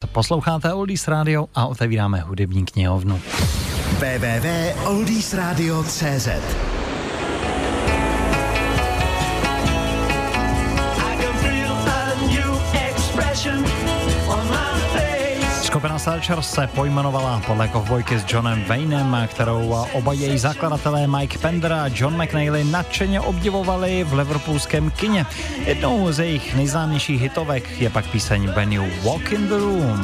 Posloucháte Oldies Radio a otevíráme hudební knihovnu. www.oldiesradio.cz Skupina Searchers se pojmenovala podle kovbojky s Johnem Waynem, kterou oba její zakladatelé Mike Pender a John McNeely nadšeně obdivovali v liverpoolském kině. Jednou z jejich nejznámějších hitovek je pak píseň When You Walk in the Room.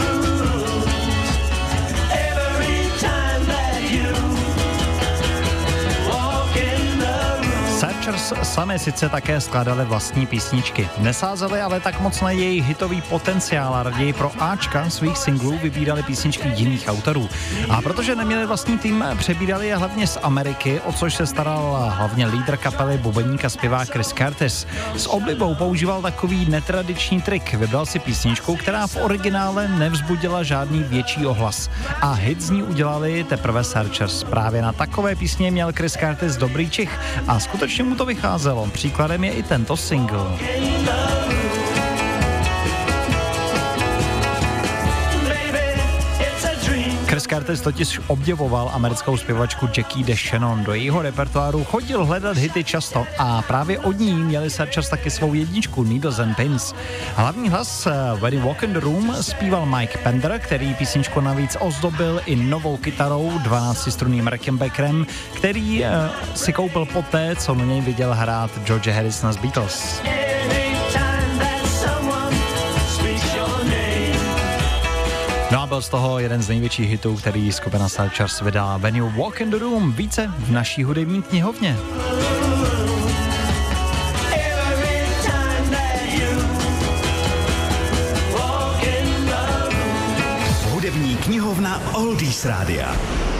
Searchers sami sice také skládali vlastní písničky. Nesázeli ale tak moc na jejich hitový potenciál a raději pro Ačka svých singlů vybírali písničky jiných autorů. A protože neměli vlastní tým, přebírali je hlavně z Ameriky, o což se staral hlavně lídr kapely, bubeník a zpěvák Chris Curtis. S oblibou používal takový netradiční trik. Vybral si písničku, která v originále nevzbudila žádný větší ohlas. A hit z ní udělali teprve Searchers. Právě na takové písně měl Chris Curtis dobrý čich a skutečně mu to vycházelo. Příkladem je i tento single. Chris Curtis totiž obdivoval americkou zpěvačku Jackie DeShannon. Do jejího repertoáru chodil hledat hity často a právě od ní měli Searchers taky svou jedničku Needles and Pins. Hlavní hlas When You Walk in the Room zpíval Mike Pender, který písničku navíc ozdobil i novou kytarou 12strunným Rickenbackerem, který si koupil poté, co na něj viděl hrát George Harrisona z Beatles. No a byl z toho jeden z největších hitů, který skupina Searchers vydala. When You Walk in the Room, více v naší hudební knihovně. Hudební knihovna Oldies Rádia.